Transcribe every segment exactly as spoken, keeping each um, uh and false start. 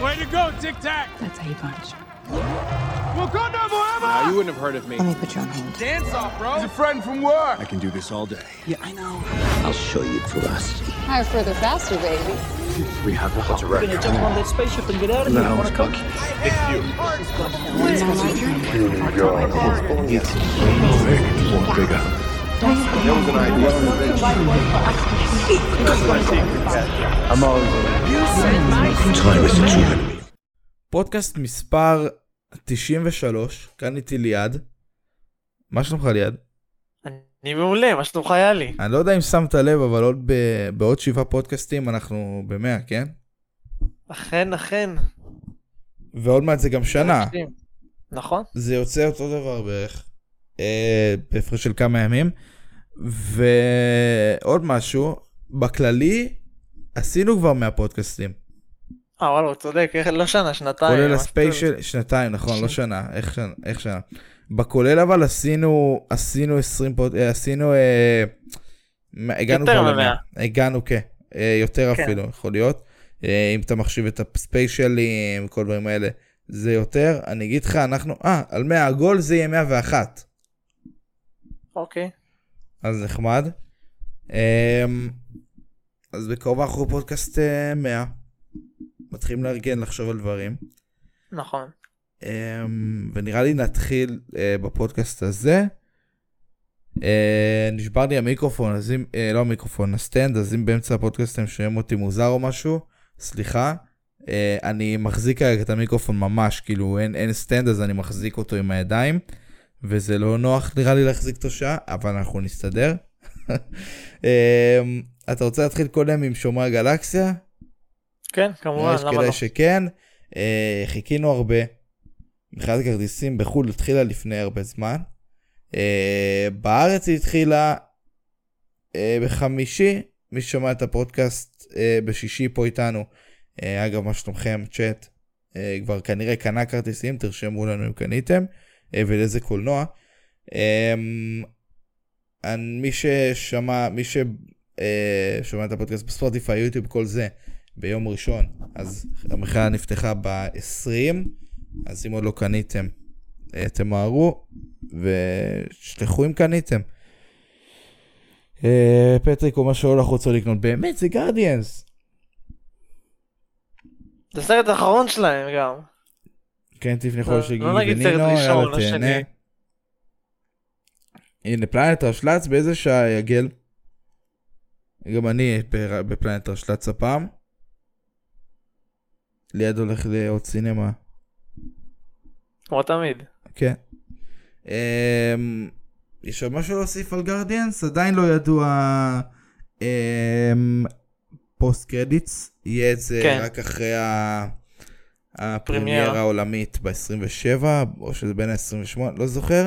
Way to go, Tic Tac! That's how you punch. Wakanda forever! Now, you wouldn't have heard of me. Let me put you on hold. Dance off, bro! He's a friend from work! I can do this all day. Yeah, I know. I'll show you ferocity. Higher, further, faster, baby. We have a hot We're gonna jump on that spaceship and get out of here. No, Wanna come? it's you. Bigger. There was an idea. I'm always time is the true enemy. פודקאסט מספר תשעים ושלוש, כאן איתי ליד. מה שלומך ליד? אני מעולה, מה שלומך היה לי? אני לא יודע אם שמת לב, אבל עוד ב- בעוד שבעה פודקאסטים אנחנו במאה, כן? אכן, אכן. ועוד מעט זה גם שנה. נכון. זה יוצא אותו דבר בערך, אה, בהפרש של כמה ימים. ועוד משהו, בכללי עשינו כבר מאה פודקאסטים. אה, וואלה, הוא צודק, לא שנה, שנתיים. כולל הספיישל, שנתיים, נכון, לא שנה, איך שנה, איך שנה. בכולל אבל עשינו, עשינו עשרים פוד, הגענו יותר ממאה. הגענו, כן, יותר אפילו, יכול להיות. אם אתה מחשיב את הספיישלים, כל דברים האלה, זה יותר. אני אגיד לך, אנחנו, אה, על מאה עגול זה יהיה מאה ואחת. אוקיי. אז נחמד. אז בקרוב אנחנו פודקאסט מאה. מתחילים לארגן, לחשוב על דברים. נכון. ונראה לי נתחיל בפודקאסט הזה. נשבר לי המיקרופון, אז אם, לא המיקרופון, הסטנד, אז אם באמצע הפודקאסט הם שומעים אותי מוזר או משהו, סליחה. אני מחזיק כרגע את המיקרופון ממש, כאילו אין, אין סטנד, אז אני מחזיק אותו עם הידיים, וזה לא נוח נראה לי להחזיק אותו שעה, אבל אנחנו נסתדר. אתה רוצה להתחיל קודם עם שומרי הגלקסיה? כן, כמובן, למה לא? כדאי שכן. חיכינו הרבה. מכירת הכרטיסים בחו"ל התחילה לפני הרבה זמן. בארץ היא התחילה בחמישי. מי ששומע את הפודקאסט בשישי פה איתנו. אגב, מה שלומכם? צ'אט. כבר כנראה קנה כרטיסים, תרשמו לנו אם קניתם. ולאיזה קולנוע. מי ששמע, מי ששומע את הפודקאסט בספוטיפיי, יוטיוב, כל זה, ביום ראשון, אז המחאה נפתחה ב-עשרים, אז אם עוד לא קניתם, תמהרו, ושלחו אם קניתם. פטריק אומר שלא לחוץ או לקנות, באמת זה גרדיאנס. זה סרט האחרון שלהם גם. כן, תפניחו שגיגי לא נגיד סרט ראשון, לא שני. הנה, פלנט רשלץ, באיזה שעה יגל? גם אני בפלנט רשלץ הפעם. ליד הולך לעוד סינמה. כמו תמיד. כן. יש עוד משהו להוסיף על גרדיאנס? עדיין לא ידוע פוסט קרדיטס. יהיה את זה רק אחרי הפרמיירה העולמית ב-עשרים ושבע, או שזה בין ה-עשרים ושמונה, לא זוכר.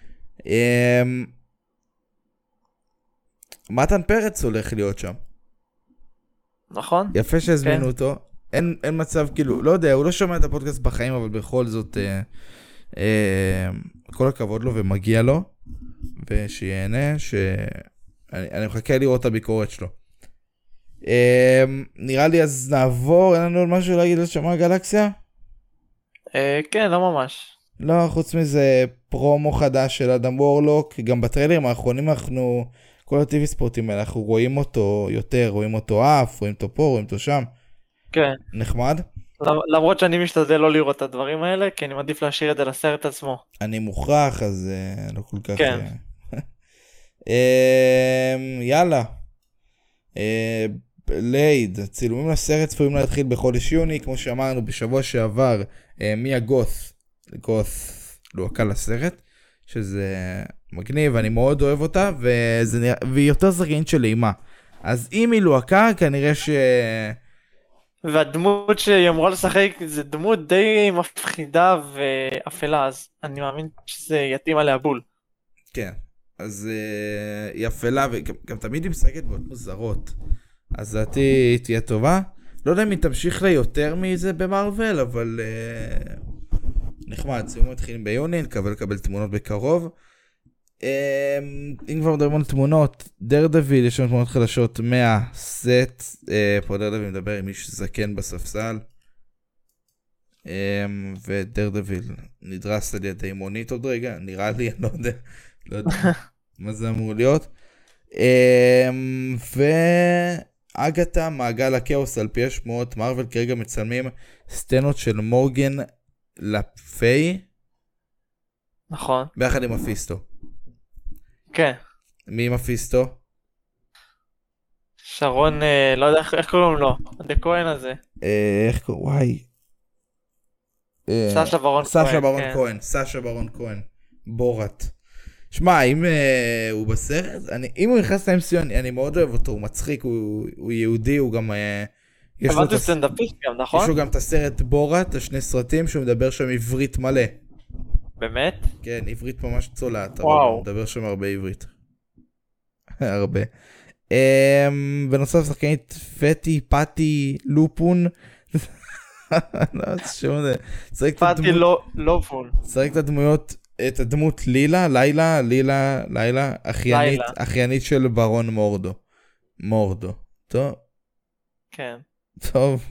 מתן פרץ הולך להיות שם. נכון. יפה שהזמינו אותו. אין, אין מצב, כאילו, לא יודע, הוא לא שומע את הפודקאסט בחיים, אבל בכל זאת, אה, אה, כל הכבוד לו ומגיע לו, ושיהנה, שאני אני מחכה לראות את הביקורת שלו. אה, נראה לי אז נעבור, אין לנו עוד משהו להגיד על שומרי הגלקסיה? אה, כן, לא ממש. לא, חוץ מזה פרומו חדש של אדם וורלוק, גם בטריילרים האחרונים אנחנו, כל הטיווי ספורטים האלה, אנחנו רואים אותו יותר, רואים אותו אף, רואים אותו פה, רואים אותו שם. כן. נחמד. למרות שאני משתדל לא לראות את הדברים האלה, כי אני מעדיף להשאיר את זה לסרט עצמו. אני מוכרח, אז uh, לא כל כך... כן. uh, יאללה. Uh, לייד, צילומים לסרט צפויים להתחיל בחודש יוני, כמו שאמרנו בשבוע שעבר, uh, מיה גות' גות' לוהקה לסרט, שזה מגניב, אני מאוד אוהב אותה, וזה נראה, והיא יותר זרגנית של אימה. אז אם היא לוהקה, כנראה ש... והדמות שהיא אמורה לשחק זה דמות די מפחידה ואפלה, אז אני מאמין שזה יתאים עליה בול. כן, אז uh, היא אפלה וגם גם תמיד היא משחקת מאוד מוזרות, אז דעתי תהיה טובה. לא יודע אם היא תמשיך לה יותר מזה במרוול, אבל uh, נחמד, סיום מתחילים ביוני, נקבל לקבל תמונות בקרוב. Um, אם כבר מדברים על תמונות, דרדוויל, יש לנו תמונות חדשות מהסט, uh, פה דרדוויל מדבר עם איש זקן בספסל, ודרדוויל נדרס על ידי מונית עוד רגע, נראה לי, אני לא יודע, לא יודע מה זה אמור להיות. ואגתה, מעגל הכאוס, על פי השמועות, מרוול כרגע מצלמים סצנות של מורגן לפי. נכון. ביחד עם מפיסטו. כן. מי מפיסטו? שרון, לא יודע איך קוראים לו, דה כהן הזה. איך קוראים? וואי. סשה ברון כהן. סשה ברון כהן, סשה ברון כהן. בורת. שמע, אם הוא בסרט, אם הוא נכנס ל-אם סי יו, אני מאוד אוהב אותו, הוא מצחיק, הוא יהודי, הוא גם... אבל זה סטנדאפיסט גם, נכון? יש לו גם את הסרט בורת, השני סרטים, שהוא מדבר שם עברית מלא. באמת? כן, עברית ממש צולעת, אבל הוא מדבר שם הרבה עברית. הרבה. בנוסף שחקנית פטי, פטי, לופון. פטי לופון. שחק את הדמויות, את הדמות לילה, לילה, לילה, לילה, אחיינית, אחיינית של ברון מורדו. מורדו. טוב. כן. טוב.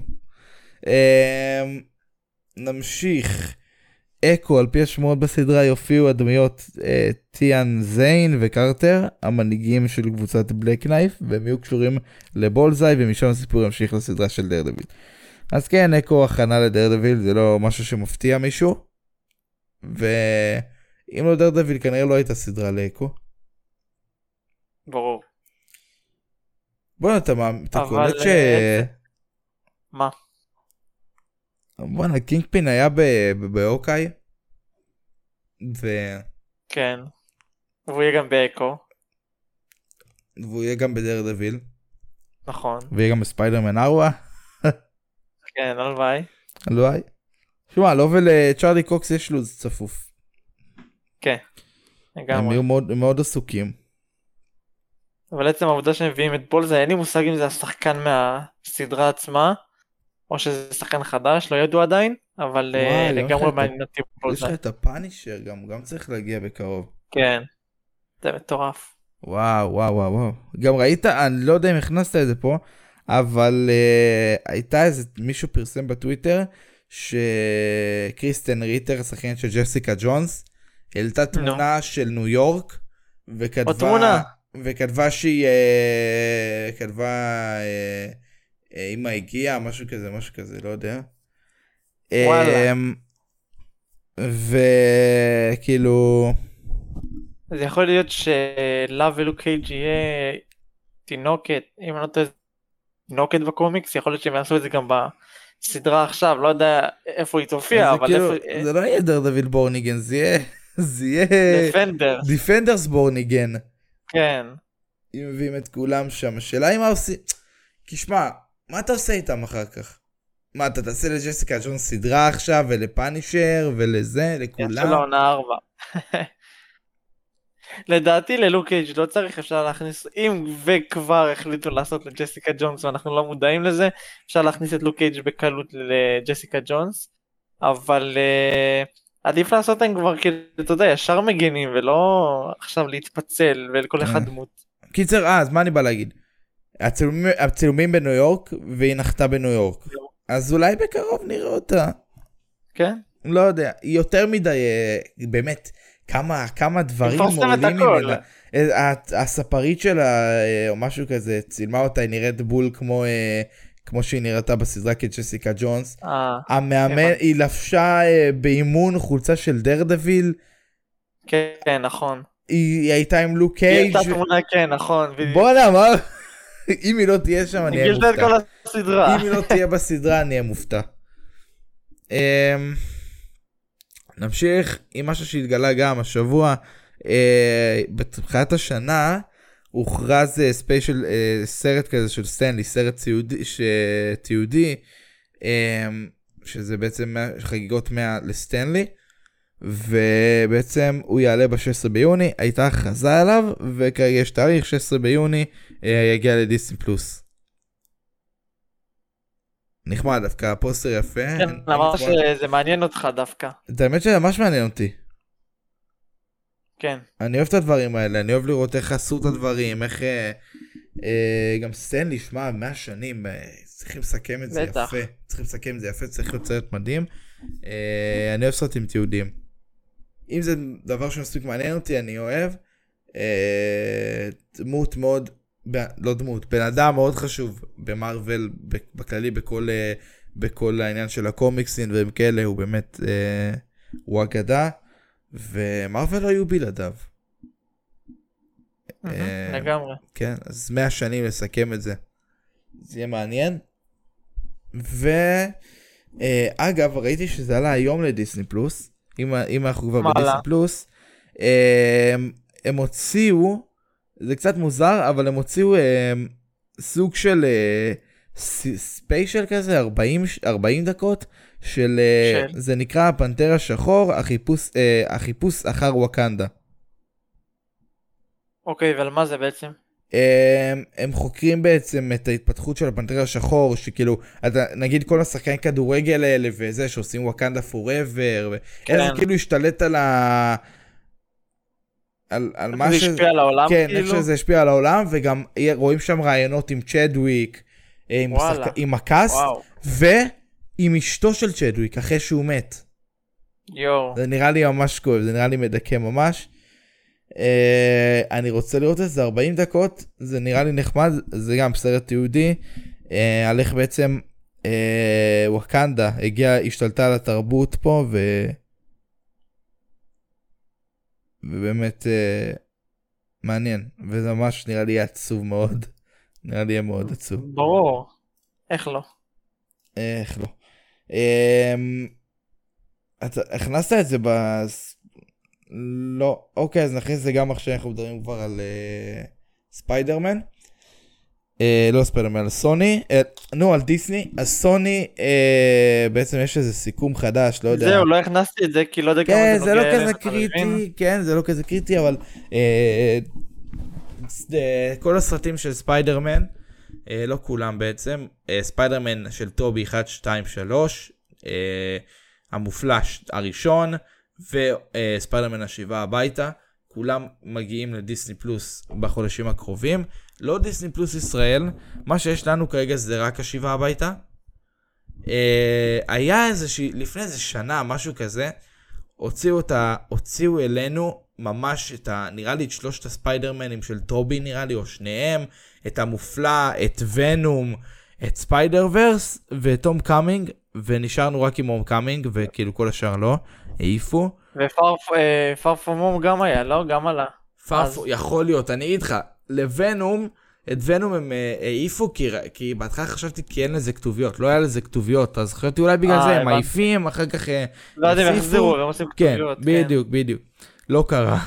נמשיך. אקו, על פי השמועות בסדרה יופיעו הדמויות אה, טיאן זיין וקרטר, המנהיגים של קבוצת בלק נייף, והם יהיו קשורים לבולזאי, ומשם הסיפור ימשיך לסדרה של דרדוויל. אז כן, אקו הכנה לדרדוויל, זה לא משהו שמפתיע מישהו, ואם לא דרדוויל, כנראה לא הייתה סדרה לאקו. ברור. בוא אתה, אתה קולט ש... מה? בואנה, קינגפין היה באוקאי, ו... כן, והוא יהיה גם באקו. והוא יהיה גם בדרדוויל. נכון. ויהיה גם בספיידרמן ארבע. כן, הלוואי. הלוואי. שמע, לא ולצ'ארלי קוקס יש לוז צפוף. כן, לגמרי. הם יהיו מאוד, מאוד עסוקים. אבל עצם העובדה שהם מביאים את בולזאי, אין לי מושג אם זה השחקן מהסדרה עצמה, או שזה שחקן חדש, לא ידעו עדיין, אבל לגמרי מעניין אותי בולזאי. יש לך את הפאנישר גם, גם צריך להגיע בקרוב. כן, זה מטורף. וואו, וואו, וואו, וואו. גם ראית, אני לא יודע אם הכנסת את זה פה, אבל uh, הייתה איזה, מישהו פרסם בטוויטר, שקריסטן ריטר, השחקנית של ג'סיקה ג'ונס, העלתה תמונה no. של ניו יורק, וכתבה, תמונה. וכתבה שהיא, uh, כתבה, uh, uh, אמא הגיעה, משהו כזה, משהו כזה, לא יודע. וואלה. Um, וכאילו... זה יכול להיות שלאב ולוק קייג' יהיה תינוקת, אם אני לא טועה, תינוקת בקומיקס, יכול להיות שהם יעשו את זה גם בסדרה עכשיו, לא יודע איפה היא תופיע, אבל כאילו, איפה... זה לא יהיה דרדוויל בורניגן, זה יהיה... זה יהיה... דיפנדרס. דיפנדרס בורניגן. כן. אם מביאים את כולם שם, השאלה היא מה עושים... כי שמע, מה אתה עושה איתם אחר כך? מה, אתה תעשה לג'סיקה ג'ונס סדרה עכשיו, ולפאנישר, ולזה, לכולם? יש לו עונה ארבע. לדעתי ללוק קייג' לא צריך, אפשר להכניס, אם וכבר החליטו לעשות לג'סיקה ג'ונס ואנחנו לא מודעים לזה, אפשר להכניס את לוק קייג' בקלות לג'סיקה ג'ונס, אבל uh, עדיף לעשות הם כבר, כאילו, אתה יודע, ישר מגנים ולא עכשיו להתפצל ולכל אחד דמות. קיצר, אה, אז מה אני בא להגיד? הצילומים, הצילומים בניו יורק, והיא נחתה בניו יורק, אז אולי בקרוב נראה אותה. כן? לא יודע, יותר מדי, באמת, כמה, כמה דברים עולים ממנה. הספרית שלה, או משהו כזה, צילמה אותה, היא נראית בול כמו, כמו שהיא נראתה בסדרה כג'סיקה ג'ונס. המאמן, היא לבשה באימון חולצה של דרדוויל. כן, נכון. היא הייתה עם לוק קייג'. היא הייתה תמונה, כן, נכון. בוא נאמר, אם היא לא תהיה שם, אני אהיה מופתע. את כל הסדרה. אם היא לא תהיה בסדרה, אני אהיה מופתע. נמשיך עם משהו שהתגלה גם השבוע, אה, בתחילת השנה הוכרז ספיישל, אה, סרט כזה של סטנלי, סרט ציודי, ציודי אה, שזה בעצם חגיגות מאה לסטנלי, ובעצם הוא יעלה ב-שישה עשר ביוני, הייתה הכרזה עליו, וכרגע יש תאריך, שישה עשר ביוני, אה, יגיע לדיסני פלוס. נחמד דווקא, הפוסטר יפה. כן, אמרת שזה מעניין אותך דווקא. את האמת שזה ממש מעניין אותי. כן. אני אוהב את הדברים האלה, אני אוהב לראות איך עשו את הדברים, איך... אה, אה, גם סטנלי, שמע, מאה שנים, אה, צריכים לסכם את זה בטח. יפה. צריכים לסכם את זה יפה, צריך להיות סרט מדהים. אה, אני אוהב סרטים תיעודיים. אם זה דבר שמספיק מעניין אותי, אני אוהב. אה, דמות מאוד, ב, לא דמות, בן אדם מאוד חשוב במרוול, בכללי, בכל, בכל העניין של הקומיקסים והם כאלה, הוא באמת, אה, הוא אגדה, ומרוול לא היו בלעדיו. לגמרי. כן, אז מאה שנים לסכם את זה. זה יהיה מעניין. ואגב, ראיתי שזה עלה היום לדיסני פלוס, אם, אם אנחנו כבר בדיסני פלוס, הם, הם הוציאו, זה קצת מוזר, אבל הם הוציאו הם, סוג של ספיישל כזה, ארבעים, ארבעים דקות, של, של. זה נקרא הפנתר השחור, החיפוש, החיפוש אחר ווקנדה. אוקיי, אבל מה זה בעצם? הם, הם חוקרים בעצם את ההתפתחות של הפנתר השחור, שכאילו, אתה, נגיד כל השחקני כדורגל האלה וזה, שעושים ווקנדה פוראבר, כן. איך זה כאילו השתלט על ה... על, על מה ש... זה השפיע על העולם, כן, כאילו? איך שזה השפיע על העולם, וגם רואים שם רעיונות עם צ'דוויק, עם, שחק... עם הקאסט, ועם אשתו של צ'דוויק, אחרי שהוא מת. יו. זה נראה לי ממש כואב, זה נראה לי מדכא ממש. Uh, אני רוצה לראות את זה ארבעים דקות, זה נראה לי נחמד, זה גם סרט תיעודי, uh, על איך בעצם uh, ווקנדה הגיעה, השתלטה על התרבות פה, ו... ובאמת uh, מעניין, וזה ממש נראה לי עצוב מאוד, נראה לי מאוד עצוב. ברור, איך לא? איך לא. Uh, אתה הכנסת את זה בס... לא, אוקיי, אז נכניס זה גם עכשיו אנחנו מדברים כבר על uh, ספיידרמן. Uh, לא ספיידרמן, על סוני. Uh, נו, על דיסני. אז סוני, uh, בעצם יש איזה סיכום חדש, לא יודע. זהו, לא הכנסתי את זה, כי לא יודע כמה כן, זה זה נוגע לא כזה קריטי, כן, זה לא כזה קריטי, אבל uh, uh, כל הסרטים של ספיידרמן, uh, לא כולם בעצם, uh, ספיידרמן של טובי אחת, שתיים, שלוש, uh, המופלש הראשון, וספיידרמן השיבה הביתה, כולם מגיעים לדיסני פלוס בחודשים הקרובים. לא דיסני פלוס ישראל, מה שיש לנו כרגע זה רק השיבה הביתה. היה איזושהי, לפני איזה שנה, משהו כזה, הוציאו אותה, הוציאו אלינו ממש את ה, נראה לי את שלושת הספיידרמנים של טובי נראה לי, או שניהם, את המופלא, את ונום, את ספיידר ורס, וטום קאמינג, ונשארנו רק עם הום קאמינג, וכאילו כל השאר לא. העיפו. ופאר פרום הום גם היה, לא? גם עלה. יכול להיות, אני אגיד לך, לוונום, את ונום הם העיפו, כי בהתחלה חשבתי כי אין לזה כתוביות, לא היה לזה כתוביות, אז חשבתי אולי בגלל זה הם מעיפים, אחר כך לא יודעים, יחזירו, הם עושים כתוביות. כן, בדיוק, בדיוק. לא קרה.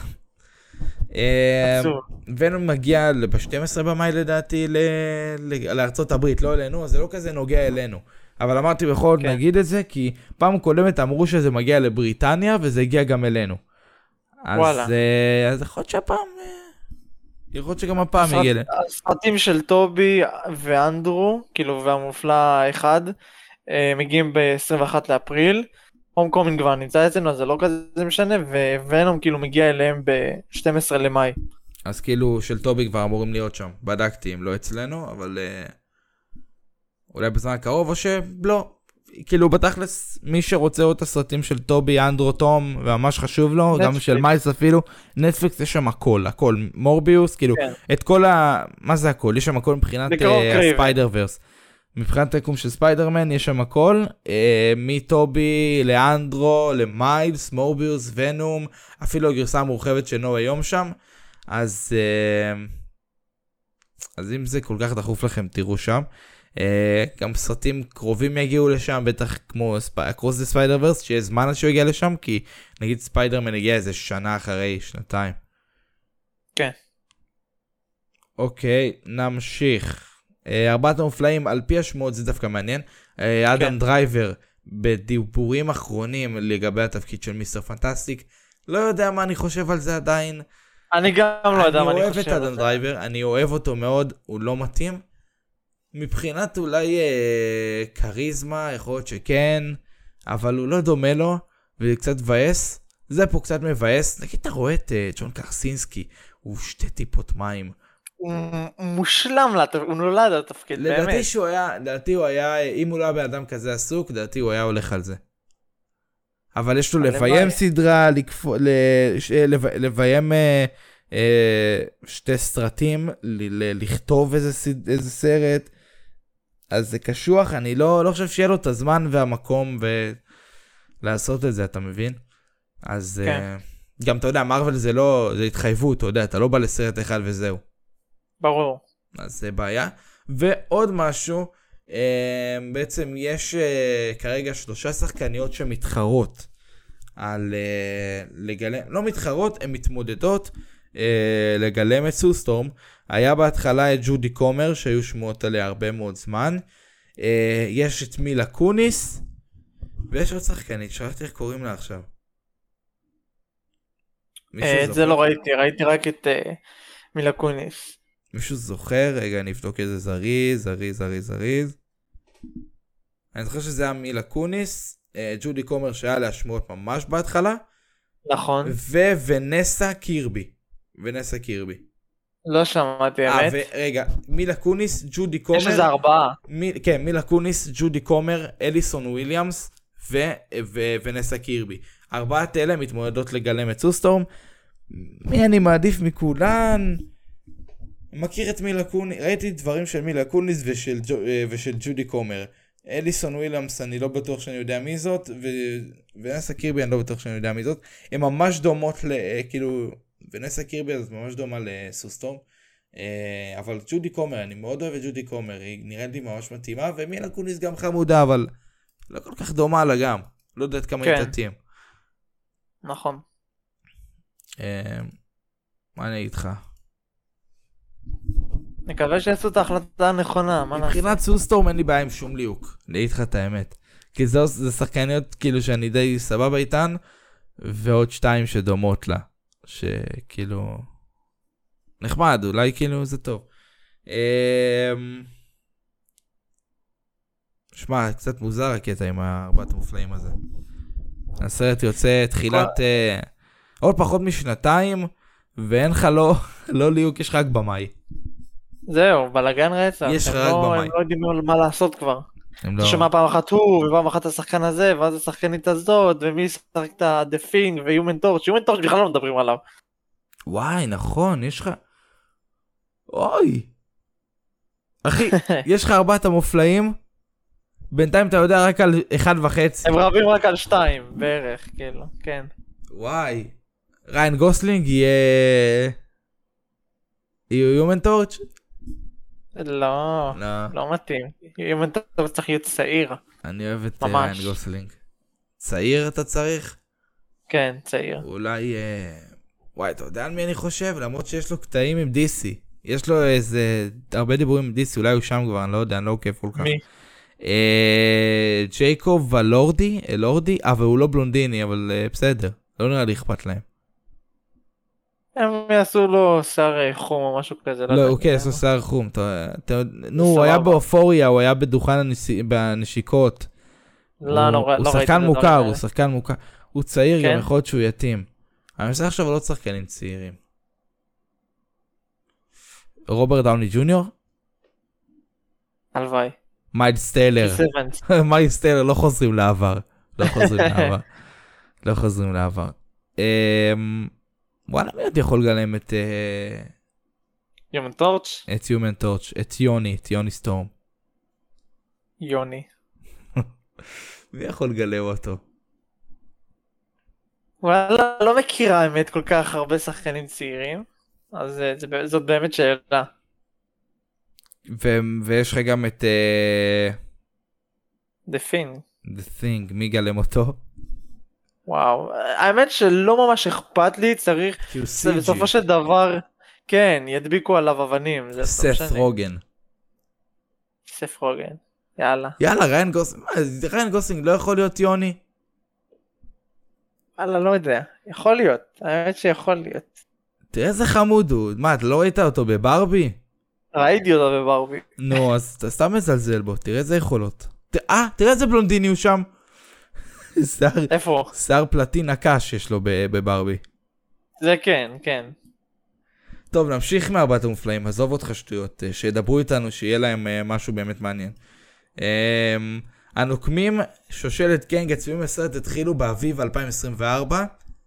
ונום מגיע ב-שתים עשרה במאי לדעתי לארצות הברית, לא אלינו, אז זה לא כזה נוגע אלינו. אבל אמרתי בכל זאת נגיד את זה, כי פעם קודמת אמרו שזה מגיע לבריטניה, וזה הגיע גם אלינו. אז יכול להיות שהפעם, יכול להיות שגם הפעם הגיע אלינו. הסרטים של טובי ואנדרו, כאילו והמופלא האחד, מגיעים ב-עשרים ואחד לאפריל, הום קומינג כבר נמצא אצלנו, אז זה לא כזה משנה, וונום כאילו מגיע אליהם ב-שתים עשרה למאי. אז כאילו של טובי כבר אמורים להיות שם, בדקתי אם לא אצלנו, אבל... אולי בזמן הקרוב, או שלא. כאילו, בתכלס, מי שרוצה עוד את הסרטים של טובי, אנדרו, תום, וממש חשוב לו, נטפליקס. גם של מיילס אפילו, נטפליקס יש שם הכל, הכל, מורביוס, כאילו, כן. את כל ה... מה זה הכל? יש שם הכל מבחינת הספיידר ורס. מבחינת היקום של ספיידרמן, יש שם הכל, אה, מטובי, לאנדרו, למיילס, מורביוס, ונום, אפילו הגרסה המורחבת של נו היום שם, אז... אה, אז אם זה כל כך דחוף לכם, תראו שם. Uh, גם סרטים קרובים יגיעו לשם, בטח כמו Across the Spider-Verse, שיהיה זמן עד שהוא יגיע לשם, כי נגיד ספיידרמן הגיע איזה שנה אחרי, שנתיים. כן. אוקיי, נמשיך. Uh, ארבעת המופלאים, על פי השמועות, זה דווקא מעניין. Uh, אדם כן. דרייבר, בדיבורים אחרונים לגבי התפקיד של מיסטר פנטסטיק, לא יודע מה אני חושב על זה עדיין. אני גם לא יודע מה אני חושב על זה. אני אוהב את אדם דרייבר, אני אוהב אותו מאוד, הוא לא מתאים. מבחינת אולי אה, קריזמה, יכול להיות שכן, אבל הוא לא דומה לו, וזה קצת מבאס. זה פה קצת מבאס. נגיד, אתה רואה את אה, ג'ון קרסינסקי, הוא שתי טיפות מים. הוא מושלם, הוא נולד לתפקיד, באמת. לדעתי שהוא היה, לדעתי הוא היה, אם הוא לא היה בן אדם כזה עסוק, לדעתי הוא היה הולך על זה. אבל יש לו לביים סדרה, לביים שתי סרטים, לכתוב איזה סרט, אז זה קשוח, אני לא חושב שיהיה לו את הזמן והמקום ולעשות את זה, אתה מבין? אז גם אתה יודע, מרוול זה לא, זה התחייבות, אתה יודע, אתה לא בא לסרט אחד וזהו. ברור. אז זה בעיה. ועוד משהו, בעצם יש כרגע שלושה שחקניות שמתחרות על לגלם, לא מתחרות, הן מתמודדות לגלם את סוסטורם. היה בהתחלה את ג'ודי קומר, שהיו שמועות עליה הרבה מאוד זמן. יש את מילה קוניס, ויש עוד שחקנית, שכחתי איך קוראים לה עכשיו. את זה לא ראיתי, ראיתי רק את מילה קוניס. מישהו זוכר? רגע, אני אבדוק איזה זריז, זריז, זריז, זריז. אני זוכר שזה היה מילה קוניס, ג'ודי קומר שהיה להשמעות ממש בהתחלה. נכון. ונסה קירבי. ונסה קירבי. לא שמעתי, האמת. רגע, מילה קוניס, ג'ודי קומר. יש איזה ארבעה. כן, מילה קוניס, ג'ודי קומר, אליסון וויליאמס ונסה קירבי. ארבעת אלה מתמודדות לגלם את סוסטורם. מי אני מעדיף מכולן? מכיר את מילה קוניס, ראיתי דברים של מילה קוניס ושל, ושל ג'ודי קומר. אליסון וויליאמס אני לא בטוח שאני יודע מי זאת, ו... ונסה קירבי אני לא בטוח שאני יודע מי זאת. הן ממש דומות ל... כאילו, ונסה קירבי אז ממש דומה לסוסטורם. אבל ג'ודי קומר, אני מאוד אוהב את ג'ודי קומר, היא נראית לי ממש מתאימה, ומילה קוניס גם חמודה, אבל לא כל כך דומה לה גם. לא יודעת כמה היא תתאים. נכון. מה אני אגיד לך? נקווה שיעשו את ההחלטה הנכונה, מה נעשה? מבחינת סוסטורם אין לי בעיה עם שום ליוק, להגיד לך את האמת. כי זה, זה שחקניות כאילו שאני די סבבה איתן, ועוד שתיים שדומות לה. שכאילו... נחמד, אולי כאילו זה טוב. שמע, קצת מוזר הקטע עם ארבעת המופלאים הזה. הסרט יוצא תחילת... עוד פחות משנתיים, ואין לך לא, לא ליוק, יש לך רק במאי. זהו, בלגן רצח. יש לך רק במאי. הם לא יודעים מה לעשות כבר. אתה שומע פעם אחת הוא, ופעם אחת השחקן הזה, ואז השחקנית הזאת, ומי שחק את The Thing, ו-Human Torch. Human Torch בכלל לא מדברים עליו. וואי, נכון, יש לך... אוי. אחי, יש לך ארבעת המופלאים, בינתיים אתה יודע רק על אחד וחצי. הם רבים רק על שתיים, בערך, כאילו, כן. וואי. ריין גוסלינג יהיה... יהיה Human Torch? לא, לא מתאים. Human Torch צריך להיות צעיר. אני אוהב את ריין גוסלינג. צעיר אתה צריך? כן, צעיר. אולי... וואי, אתה יודע על מי אני חושב? למרות שיש לו קטעים עם די סי. יש לו איזה... הרבה דיבורים עם די סי, אולי הוא שם כבר, אני לא יודע, אני לא עוקב כל כך. מי? ג'ייקוב ולורדי, אלורדי, אבל הוא לא בלונדיני, אבל בסדר. לא נראה לי אכפת להם. הם יעשו לו שר חום או משהו כזה. לא, אוקיי, יעשו שר חום. נו, הוא היה באופוריה, הוא היה בדוכן הנשיקות. לא, לא ראיתי. הוא שחקן מוכר, הוא שחקן מוכר. הוא צעיר, גם יכול להיות שהוא יתים. אני מנסה עכשיו על עוד שחקנים צעירים. רוברט דאוני ג'וניור? הלוואי. מיילס טיילר. מיילס טיילר, לא חוזרים לעבר. לא חוזרים לעבר. לא חוזרים לעבר. וואלה, מי עוד יכול לגלם את... Human Torch? את Human Torch, את יוני, את יוני סטורם. יוני. מי יכול לגלם אותו? וואלה, לא מכירה האמת כל כך הרבה שחקנים צעירים, אז זאת באמת שאלה. ויש לך גם את... The Thing. The Thing, מי גלם אותו? וואו, האמת שלא ממש אכפת לי, צריך, זה בסופו של דבר, כן, ידביקו עליו אבנים. סף רוגן. סף רוגן, יאללה. יאללה, ריין גוסלינג, ריין גוסלינג לא יכול להיות יוני? וואלה, לא יודע, יכול להיות, האמת שיכול להיות. תראה איזה חמוד הוא, מה, אתה לא ראית אותו בברבי? ראיתי אותו בברבי. נו, אז אתה סתם מזלזל בו, תראה איזה יכולות. אה, תראה איזה בלונדיני הוא שם. איפה? שר פלטינה קש יש לו בברבי. זה כן, כן. טוב, נמשיך מארבעת המופלאים, עזוב אותך שטויות, שידברו איתנו, שיהיה להם משהו באמת מעניין. הנוקמים, שושלת קנג, הצילומים לסרט התחילו באביב אלפיים עשרים וארבע.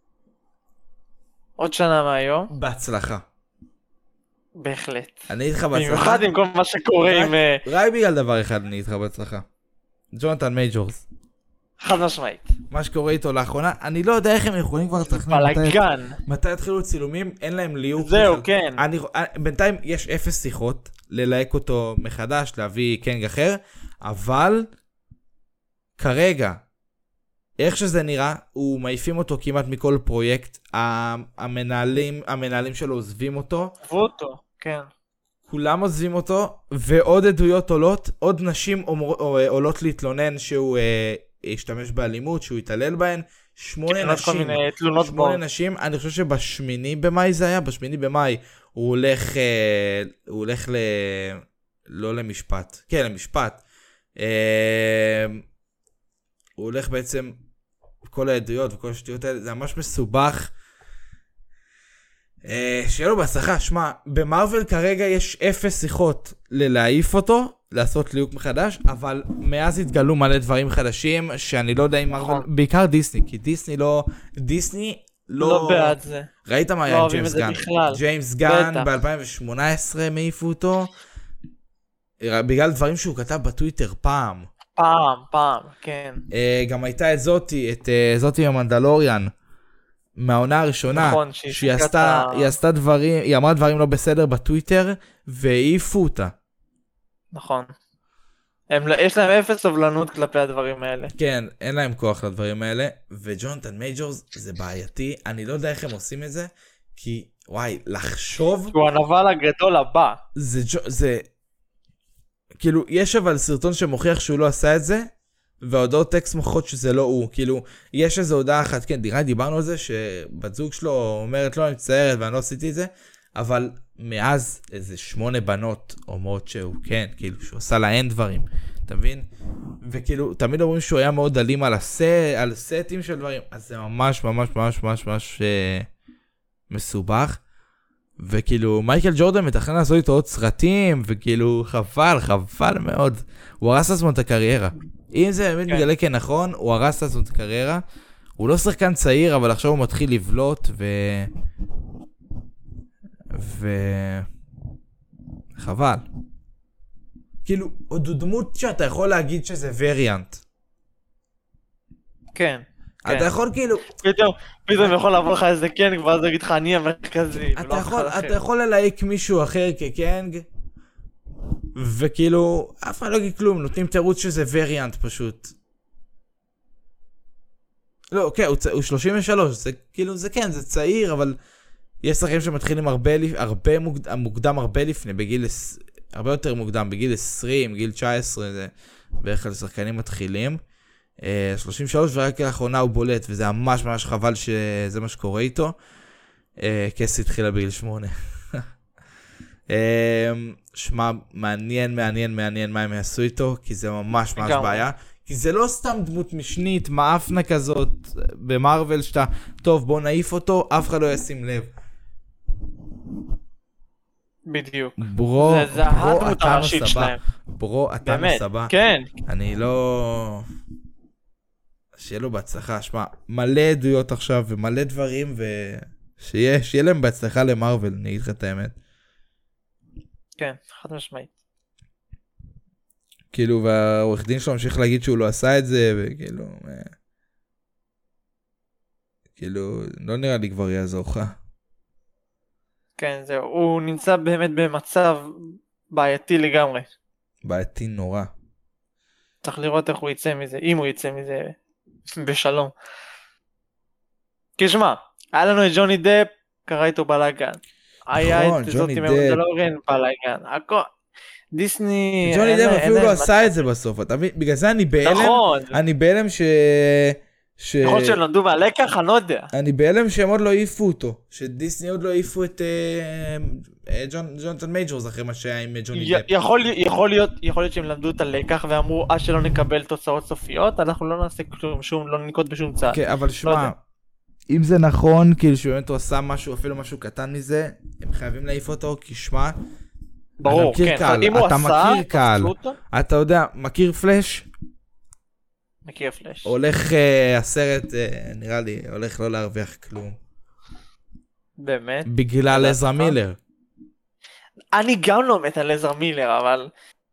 עוד שנה מהיום. בהצלחה. בהחלט. אני איתך בהצלחה. במיוחד עם כל מה שקורה רק, עם... רק בגלל דבר אחד אני איתך בהצלחה. ג'ונתן מייג'ורס. חד משמעית. מה שקורה איתו לאחרונה, אני לא יודע איך הם יכולים כבר לתכנן. בלגן. מתי, מתי התחילו צילומים, אין להם ליהוק. זהו, בכלל. כן. אני, בינתיים יש אפס שיחות ללהק אותו מחדש, להביא קנג אחר, אבל כרגע, איך שזה נראה, הוא מעיפים אותו כמעט מכל פרויקט, המנהלים, המנהלים שלו עוזבים אותו. עזבו אותו, כן. כולם עוזבים אותו, ועוד עדויות עולות, עוד נשים עולות להתלונן שהוא אה, ישתמש באלימות, שהוא יתעלל בהן. שמונה כן, נשים, כל מיני תלונות שמונה בו. נשים, אני חושב שבשמיני במאי זה היה, בשמיני במאי הוא הולך, אה, הוא הולך ל... לא למשפט, כן, למשפט. אה, הוא הולך בעצם, כל העדויות וכל השטויות האלה, זה ממש מסובך. שיהיה לו בהצלחה, שמע, במרוול כרגע יש אפס שיחות ללהעיף אותו, לעשות ליהוק מחדש, אבל מאז התגלו מלא דברים חדשים, שאני לא יודע אם מרוול, בעיקר דיסני, כי דיסני לא, דיסני לא... לא בעד זה. ראית מה היה עם ג'יימס גן? ג'יימס גן ב-אלפיים שמונה עשרה מעיפו אותו, בגלל דברים שהוא כתב בטוויטר פעם. פעם, פעם, כן. גם הייתה את זאתי, את זאתי המנדלוריאן, מהעונה הראשונה, נכון, שהיא עשתה, היא עשתה דברים, היא אמרה דברים לא בסדר בטוויטר, והעיפו אותה. נכון. הם, יש להם אפס סובלנות כלפי הדברים האלה. כן, אין להם כוח לדברים האלה, וג'ונתן מייג'ורס זה בעייתי, אני לא יודע איך הם עושים את זה, כי וואי, לחשוב... הוא הנבל הגדול הבא. זה, זה, כאילו, יש אבל סרטון שמוכיח שהוא לא עשה את זה, וההודעות טקסט מוכחות שזה לא הוא, כאילו, יש איזו הודעה אחת, כן, דירה, דיברנו על זה, שבת זוג שלו אומרת, לא, אני מצטערת, ואני לא עשיתי את זה, אבל מאז איזה שמונה בנות אומרות שהוא כן, כאילו, שהוא עושה להן דברים, אתה מבין? וכאילו, תמיד אומרים שהוא היה מאוד אלים על, הסט, על סטים של דברים, אז זה ממש, ממש, ממש, ממש, ממש אה, מסובך, וכאילו, מייקל ג'ורדן מתכנן לעשות איתו עוד סרטים, וכאילו, חבל, חבל מאוד, הוא הרס לעצמו את הקריירה. אם זה באמת כן. מגלה כנכון, הוא הרס לעצמו את הקריירה, הוא לא שחקן צעיר, אבל עכשיו הוא מתחיל לבלוט, ו... ו... חבל. כאילו, עוד דמות שאתה יכול להגיד שזה וריאנט. כן. אתה כן. יכול כאילו... פתאום, פתאום יכול לעבור לך איזה קנג, ואז להגיד לך, אני המרכזי. אתה יכול, אתה יכול ללהיק מישהו אחר כקנג, וכאילו, אף אחד לא יגיד כלום, נותנים תירוץ שזה וריאנט פשוט. לא, אוקיי, הוא, הוא שלושים ושלוש, זה כאילו, זה כן, זה צעיר, אבל יש שחקנים שמתחילים הרבה, הרבה מוקדם, מוקדם הרבה לפני, בגיל, הרבה יותר מוקדם, בגיל עשרים, גיל תשע עשרה, זה בערך כלל שחקנים מתחילים. שלושים ושלוש ורק לאחרונה הוא בולט, וזה ממש ממש חבל שזה מה שקורה איתו. קסי התחילה בגיל שמונה. שמה, מעניין, מעניין, מעניין מה הם יעשו איתו, כי זה ממש ממש בעיה. כי זה לא סתם דמות משנית, מאפנה כזאת במרוול שאתה, טוב בוא נעיף אותו, אף אחד לא ישים לב. בדיוק. ברו, זה, זה ברו, אתה הראשית מסבא. שלהם. ברו, אתה באמת, מסבא. כן. אני לא... שיהיה לו בהצלחה, שמה, מלא עדויות עכשיו ומלא דברים, ושיהיה שיהיה להם בהצלחה למרוול, אני אגיד לך את האמת. כן, חד משמעית. כאילו, והעורך דין שלו ממשיך להגיד שהוא לא עשה את זה, וכאילו... כאילו, לא נראה לי כבר יעזור לך. כן, זהו. הוא נמצא באמת במצב בעייתי לגמרי. בעייתי נורא. צריך לראות איך הוא יצא מזה, אם הוא יצא מזה בשלום. כי שמה, היה לנו את ג'וני דפ, קרא איתו בלאגן. היה את זאת עם המנדלוריאן בלאגן. הכל... דיסני... ג'וני דפ אפילו לא עשה את זה בסוף. בגלל זה אני בהלם. נכון. אני בהלם ש... יכול שהם למדו מהלקח, אני לא יודע. אני בהלם שהם עוד לא העיפו אותו. שדיסני עוד לא העיפו את ג'ונתן מייג'ורס אחרי מה שהיה עם ג'וני דפ. יכול להיות שהם למדו את הלקח ואמרו, עד שלא נקבל תוצאות סופיות, אנחנו לא נעשה כלום, לא ננקוט בשום צעד. כן, אבל שמע, אם זה נכון, כאילו שבאמת הוא עשה משהו, אפילו משהו קטן מזה, הם חייבים להעיף אותו, כי שמע, ברור, כן, אם הוא עשה, אתה מכיר קהל, אתה יודע, מכיר פלאש? מכיר פלאש. הולך, uh, הסרט, uh, נראה לי, הולך לא להרוויח כלום. באמת? בגלל עזרא מילר. אני גם לא מת על עזרא מילר, אבל...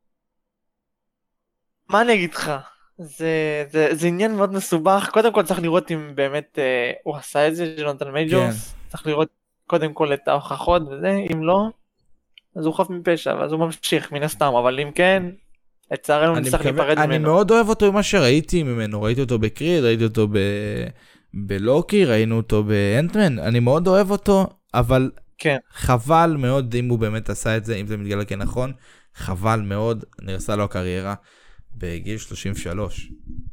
מה אני אגיד לך? זה, זה, זה עניין מאוד מסובך. קודם כל צריך לראות אם באמת uh, הוא עשה את זה, ג'ונתן מייג'ורס. כן. צריך לראות קודם כל את ההוכחות וזה, אם לא, אז הוא חף מפשע, ואז הוא ממשיך מן הסתם, אבל אם כן... לצערנו נצטרך להיפרד ממנו. אני מאוד אוהב אותו ממה שראיתי ממנו, ראיתי אותו בקריד, ראיתי אותו בלוקי, ראינו אותו באנטמן, אני מאוד אוהב אותו, אבל חבל מאוד אם הוא באמת עשה את זה, אם זה מתגלה כנכון, חבל מאוד, נרסה לו הקריירה בגיל שלושים ושלוש.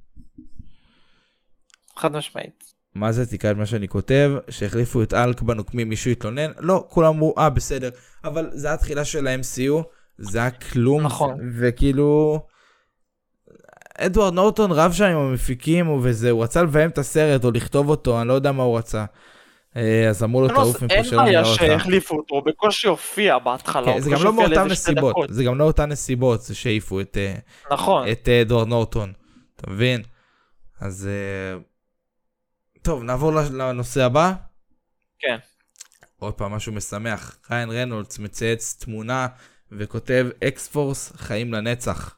חד משמעית. מה זה? תקרא את מה שאני כותב, שהחליפו את אלק בנוקמים, מישהו התלונן, לא, כולם אמרו, אה בסדר, אבל זה התחילה של ה-אם סי יו, זה היה כלום, נכון. וכאילו אדוארד נורטון רב שם עם המפיקים וזה, הוא רצה לביים את הסרט או לכתוב אותו, אני לא יודע מה הוא רצה, אז אמרו לו תעוף מפה שלא נראה אותה. אין בעיה שהחליפו אותו, הוא בקושי הופיע בהתחלה. זה גם לא מאותן נסיבות, זה גם לא אותן נסיבות שהעיפו את אדוארד נורטון, אתה מבין? אז טוב, נעבור לנושא הבא. כן. עוד פעם משהו משמח, ריין רנולדס מצייץ תמונה וכותב אקס-פורס חיים לנצח.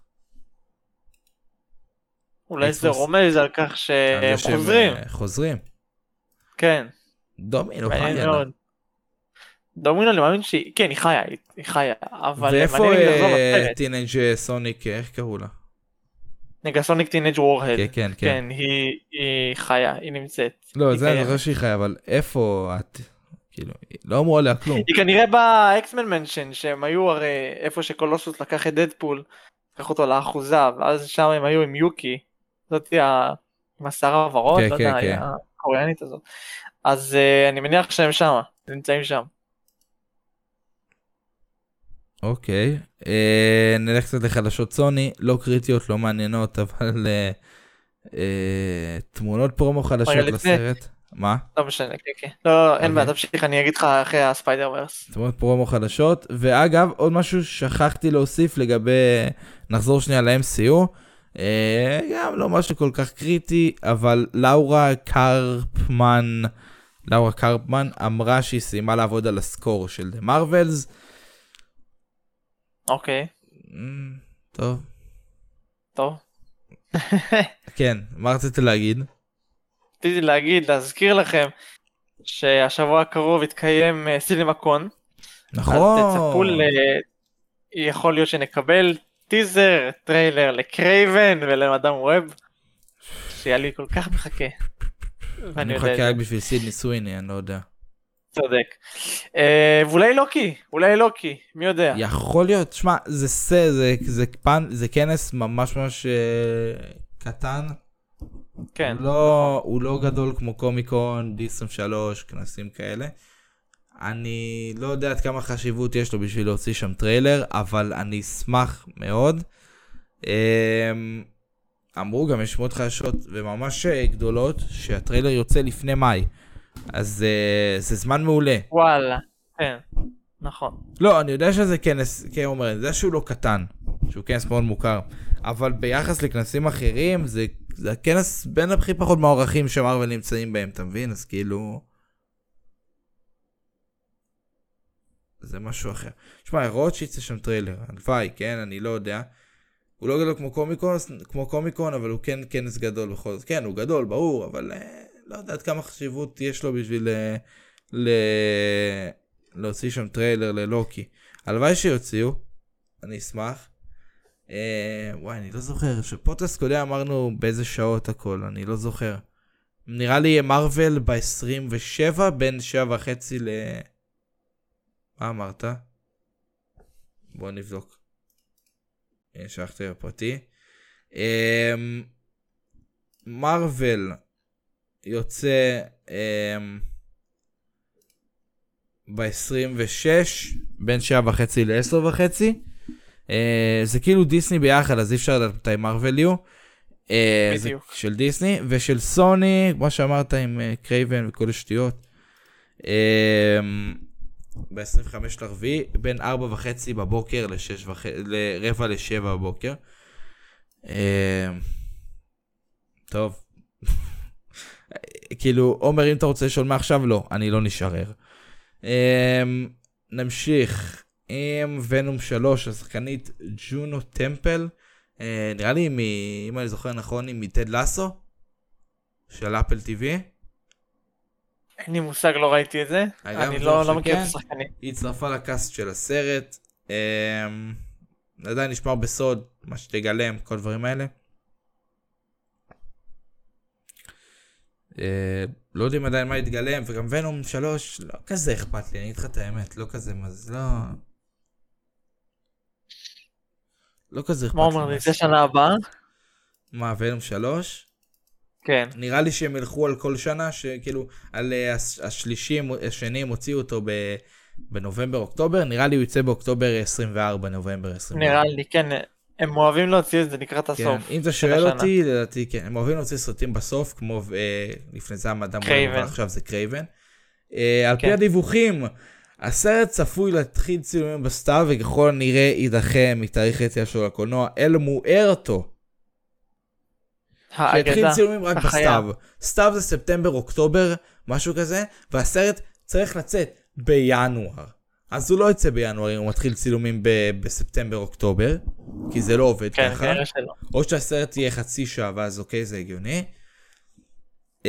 אולי זה רומז על כך שהם חוזרים. חוזרים. כן. דומינו חיה. דומינו, אני מאמין שהיא, כן, היא חיה, היא חיה. ואיפה טינג' סוניק, איך קראו לה? נגע סוניק טינג' וורהד. כן, כן, כן. כן, היא חיה, היא נמצאת. לא, זה אני זוכר שהיא חיה, אבל איפה את... כאילו, לא אמרו עליה כלום. היא כנראה באקסמן מנשן, שהם היו הרי איפה שקולוסוס לקח את דדפול, לקח אותו לאחוזה, ואז שם הם היו עם יוקי, זאת היא עם השרה ורוד, לא יודע, היא הקוריאנית הזאת. אז אני מניח שהם שם, נמצאים שם. אוקיי, נלך קצת לחדשות סוני, לא קריטיות, לא מעניינות, אבל תמונות פרומו חדשות לסרט. מה? לא משנה, כן, כן. לא, אין בעיה, תמשיך, אני אגיד לך אחרי הספיידר ורס. תמונות פרומו חדשות, ואגב, עוד משהו שכחתי להוסיף לגבי, נחזור שנייה ל-אם סי יו, גם לא משהו כל כך קריטי, אבל לאורה קרפמן, לאורה קרפמן אמרה שהיא סיימה לעבוד על הסקור של The Marvels. אוקיי. טוב. טוב. כן, מה רציתי להגיד? רציתי להגיד, להזכיר לכם, שהשבוע הקרוב יתקיים סינמקון. נכון. אז תצפו ל... יכול להיות שנקבל טיזר, טריילר לקרייבן ולמאדם ווב, שהיה לי כל כך מחכה. אני מחכה רק בשביל סידני סוויני, אני לא יודע. צודק. ואולי לוקי, אולי לוקי, מי יודע? יכול להיות, שמע, זה זה, זה פן, זה כנס ממש ממש קטן. כן. הוא לא גדול כמו קומיקון, די עשרים ושלוש, כנסים כאלה. אני לא יודע עד כמה חשיבות יש לו בשביל להוציא שם טריילר, אבל אני אשמח מאוד. אמרו גם יש שמות חדשות וממש גדולות שהטריילר יוצא לפני מאי. אז זה זמן מעולה. וואלה, כן, נכון. לא, אני יודע שזה כנס, כן אומר, אני יודע שהוא לא קטן, שהוא כנס מאוד מוכר, אבל ביחס לכנסים אחרים, זה, זה הכנס בין הכי פחות מעורכים שמרוול נמצאים בהם, אתה מבין? אז כאילו... זה משהו אחר. שמע, הראות שיצא שם טריילר, הלוואי, כן, אני לא יודע. הוא לא גדול כמו קומיקון, כמו קומיקון, אבל הוא כן כנס גדול בכל זאת. כן, הוא גדול, ברור, אבל... לא יודע עד כמה חשיבות יש לו בשביל ל... להוציא שם טריילר ללוקי. הלוואי שיוציאו, אני אשמח. אה, וואי, אני לא זוכר, שפוטס קודם אמרנו באיזה שעות הכל, אני לא זוכר. נראה לי מרוול ב-עשרים ושבע, בין שבע וחצי ל... מה אמרת? בוא נבדוק. הנה, שלחתי בפרטי. אה, מרוול... יוצא אמ, ב-עשרים ושש, בין שבע וחצי ל-עשר וחצי. אה, זה כאילו דיסני ביחד, אז אי אפשר לדעת מתי מרוול יהיו. אה, זה של דיסני, ושל סוני, כמו שאמרת עם uh, קרייבן וכל השטויות. אה, ב-עשרים וחמישה לרביעי, בין ארבע וחצי בבוקר ל-רבע לשבע בבוקר. אה, טוב. כאילו, עומר, אם אתה רוצה לשאול מה עכשיו, לא, אני לא נשארר. נמשיך עם ונום שלוש, השחקנית ג'ונו טמפל, נראה לי, אם אני זוכר נכון, היא מטד לסו, של אפל טי וי. אין לי מושג, לא ראיתי את זה. אני לא מכיר את השחקנים. היא הצטרפה לקאסט של הסרט. עדיין נשמר בסוד, מה שתגלם, כל דברים האלה. לא יודעים עדיין מה יתגלם, וגם ונום שלוש, לא כזה אכפת לי, אני אגיד לך את האמת, לא כזה, מה זה, לא... לא כזה אכפת לי. מה אומר לי, זה שנה הבאה? מה, ונום שלוש? כן. נראה לי שהם ילכו על כל שנה, שכאילו, על השלישי, השני הם הוציאו אותו בנובמבר, אוקטובר, נראה לי הוא יצא באוקטובר עשרים וארבע, נובמבר עשרים וארבע. נראה לי, כן, הם אוהבים להוציא את זה לקראת הסוף. כן, אם אתה שואל אותי, לדעתי, כן, הם אוהבים להוציא סרטים בסוף, כמו לפני זה המדם רואים, אבל עכשיו זה קרייבן. על פי הדיווחים, הסרט צפוי להתחיל צילומים בסתיו, וככל הנראה יידחה מתאריך היציאה שלו לקולנוע, אל מוארטו. שהתחיל צילומים רק בסתיו. סתיו זה ספטמבר, אוקטובר, משהו כזה, והסרט צריך לצאת בינואר. אז הוא לא יצא בינואר, הוא מתחיל צילומים בספטמבר, אוקטובר, כי זה לא עובד כן, ככה. או שהסרט יהיה חצי שעה, ואז אוקיי, זה הגיוני. אתה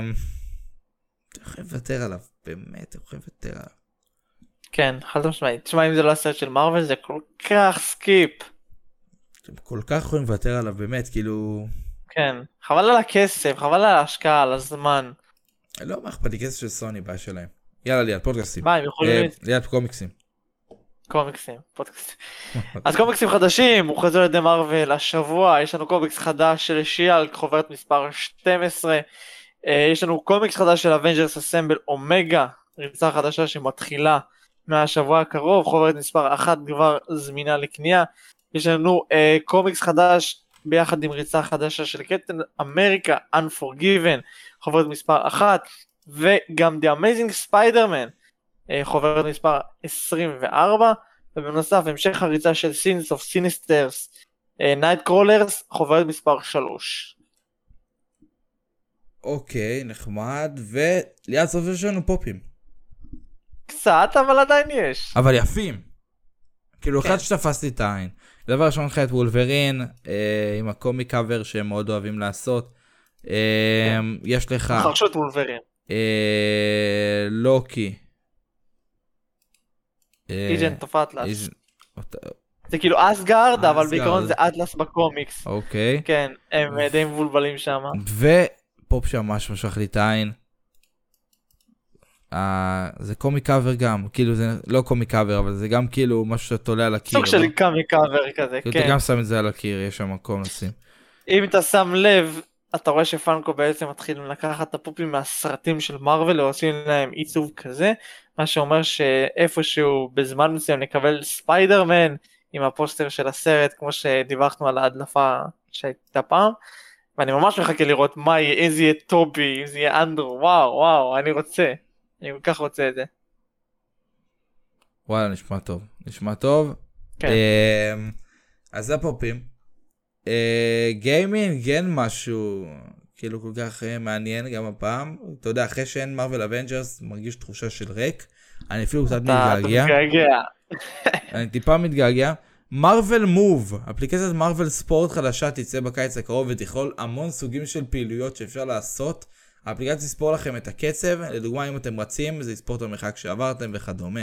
יכול לוותר עליו, באמת, אתה יכול לוותר עליו. כן, חד משמעית. תשמע, אם זה לא הסרט של מרוול, זה כל כך סקיפ. אתם כל כך יכולים לוותר עליו, באמת, כאילו... כן, חבל על הכסף, חבל על ההשקעה, על הזמן. לא, מה אכפת לי כסף של סוני, בעיה שלהם. יאללה, ליד פודקאסטים. מה, הם יכולים... ליד קומיקסים. קומיקסים, פודקאסטים. אז קומיקסים חדשים, הוכרזו על ידי מרוול השבוע, יש לנו קומיקס חדש של שיאלק, חוברת מספר שתים עשרה, יש לנו קומיקס חדש של אבנג'רס אסמבל אומגה, ריצה חדשה שמתחילה מהשבוע הקרוב, חוברת מספר אחת כבר זמינה לקנייה, יש לנו uh, קומיקס חדש ביחד עם ריצה חדשה של קפטן אמריקה Unforgiven, חוברת מספר אחת, וגם The Amazing Spider-Man, uh, חוברת מספר עשרים וארבע, ובנוסף המשך הריצה של Sins of Sinisters, uh, Nightcrawlers, חוברת מספר שלוש. אוקיי, נחמד, וליד סוף יש לנו פופים. קצת, אבל עדיין יש. אבל יפים. כאילו, אחד שתפסתי את העין. דבר ראשון לך את וולברין, אה, עם הקומיק קאבר שהם מאוד אוהבים לעשות. אה, יש לך... חרשות וולברין. אה, לוקי. איג'נט אוף אטלס. זה כאילו אסגרד, אבל בעיקרון זה אטלס בקומיקס. אוקיי. כן, הם די מבולבלים שם. ופופ שם משהו משך לי את העין. זה קומיק קאבר גם, כאילו זה לא קומיק קאבר, אבל זה גם כאילו משהו שאתה עולה על הקיר. סוג של קומיק קאבר כזה, כן. אתה גם שם את זה על הקיר, יש שם מקום לשים. אם אתה שם לב, אתה רואה שפאנקו בעצם מתחילים לקחת את הפופים מהסרטים של מרוול, ועושים להם עיצוב כזה, מה שאומר שאיפשהו בזמן מסוים נקבל ספיידרמן, עם הפוסטר של הסרט, כמו שדיווחנו על ההדלפה שהייתה פעם, ואני ממש מחכה לראות מה יהיה, איזה יהיה טובי, איזה יהיה אנדרו, וואו, וואו, אני רוצה. אני כל כך רוצה את זה. וואלה, נשמע טוב. נשמע טוב. כן. אז זה הפופים. גיימינג, אין משהו כאילו כל כך מעניין גם הפעם. אתה יודע, אחרי שאין מרוול אבנג'רס, מרגיש תחושה של ריק. אני אפילו קצת מתגעגע. אני טיפה מתגעגע. מרוול מוב, אפליקציית מרוול ספורט חדשה תצא בקיץ הקרוב ותכלול המון סוגים של פעילויות שאפשר לעשות. האפליקציה תספור לכם את הקצב, לדוגמה אם אתם רצים, זה יספור את המרחק שעברתם וכדומה.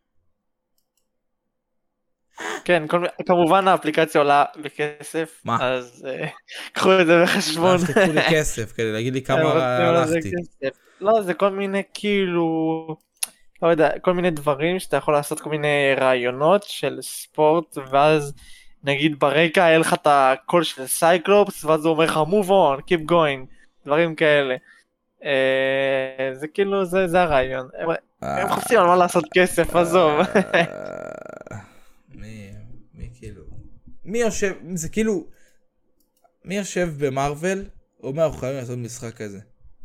כן, כמובן האפליקציה עולה בכסף, מה? אז קחו את זה בחשבון. אז תקחו לי כסף, כדי להגיד לי כמה הלכתי. לא, זה כל מיני כאילו, לא יודע, כל מיני דברים שאתה יכול לעשות כל מיני רעיונות של ספורט, ואז נגיד ברקע היה לך את הקול של סייקלופס, ואז הוא אומר לך move on, keep going, דברים כאלה. זה כאילו, זה הרעיון. הם חופשים על מה לעשות כסף, עזוב. מי, מי כאילו, מי יושב, זה כאילו, מי יושב במרוול, אומר, אנחנו חייבים לעשות משחק כזה.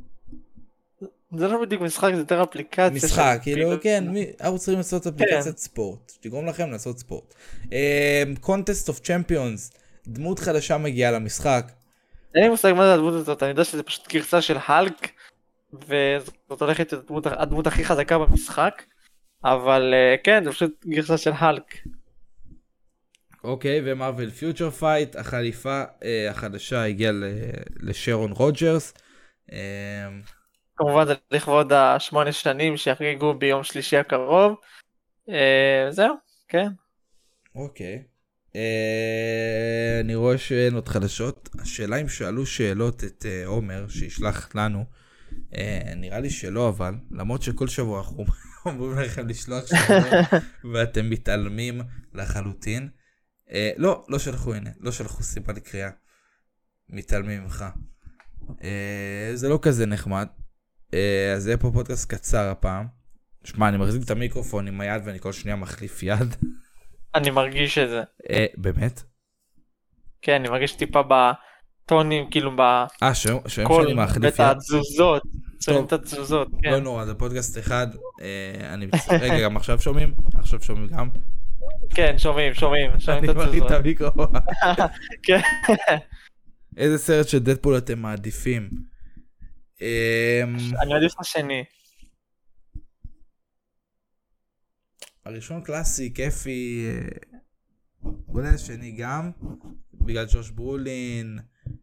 זה לא בדיוק משחק, זה יותר אפליקציה. משחק, כאילו, כן, אנחנו צריכים לעשות אפליקציית ספורט, שתגרום לכם לעשות ספורט. Contest of Champions, דמות חדשה מגיעה למשחק. אין לי מושג מה זה הדמות הזאת, אני יודע שזה פשוט גרסה של הלק, וזאת הולכת להיות הדמות, הדמות הכי חזקה במשחק, אבל כן, זה פשוט גרסה של הלק. אוקיי, ומרוויל פיוטר פייט, החליפה אה, החדשה הגיעה לשרון רוג'רס. אה, כמובן זה לכבוד השמונה שנים שיחגגו ביום שלישי הקרוב. אה, זהו, כן. אוקיי. אה, אני רואה שאין עוד חדשות. השאלה אם שאלו שאלות את אה, עומר, שישלח לנו. אה, נראה לי שלא, אבל למרות שכל שבוע אנחנו אומרים לכם לשלוח שאלות, ואתם מתעלמים לחלוטין. אה, לא, לא שלחו, הנה, לא שלחו סיבה לקריאה. מתעלמים ממך. אה, זה לא כזה נחמד. אה, אז זה פה פודקאסט קצר הפעם. שמע, אני מחזיק את המיקרופון עם היד ואני כל שנייה מחליף יד. אני מרגיש את זה. אה, באמת? כן, אני מרגיש טיפה בטונים, כאילו אה, שום שאני מחליף יד. ואת התזוזות. שומעים את התזוזות, כן. לא נורא, זה פודקאסט אחד. אה, אני רגע, גם עכשיו שומעים? עכשיו שומעים גם? כן, שומעים, שומעים. אני מרגיש את המיקרופון. כן. איזה סרט של דדפול אתם מעדיפים? אני מעדיף את השני. הראשון קלאסי, כיפי, אולי השני גם, בגלל ג'וש ברולין.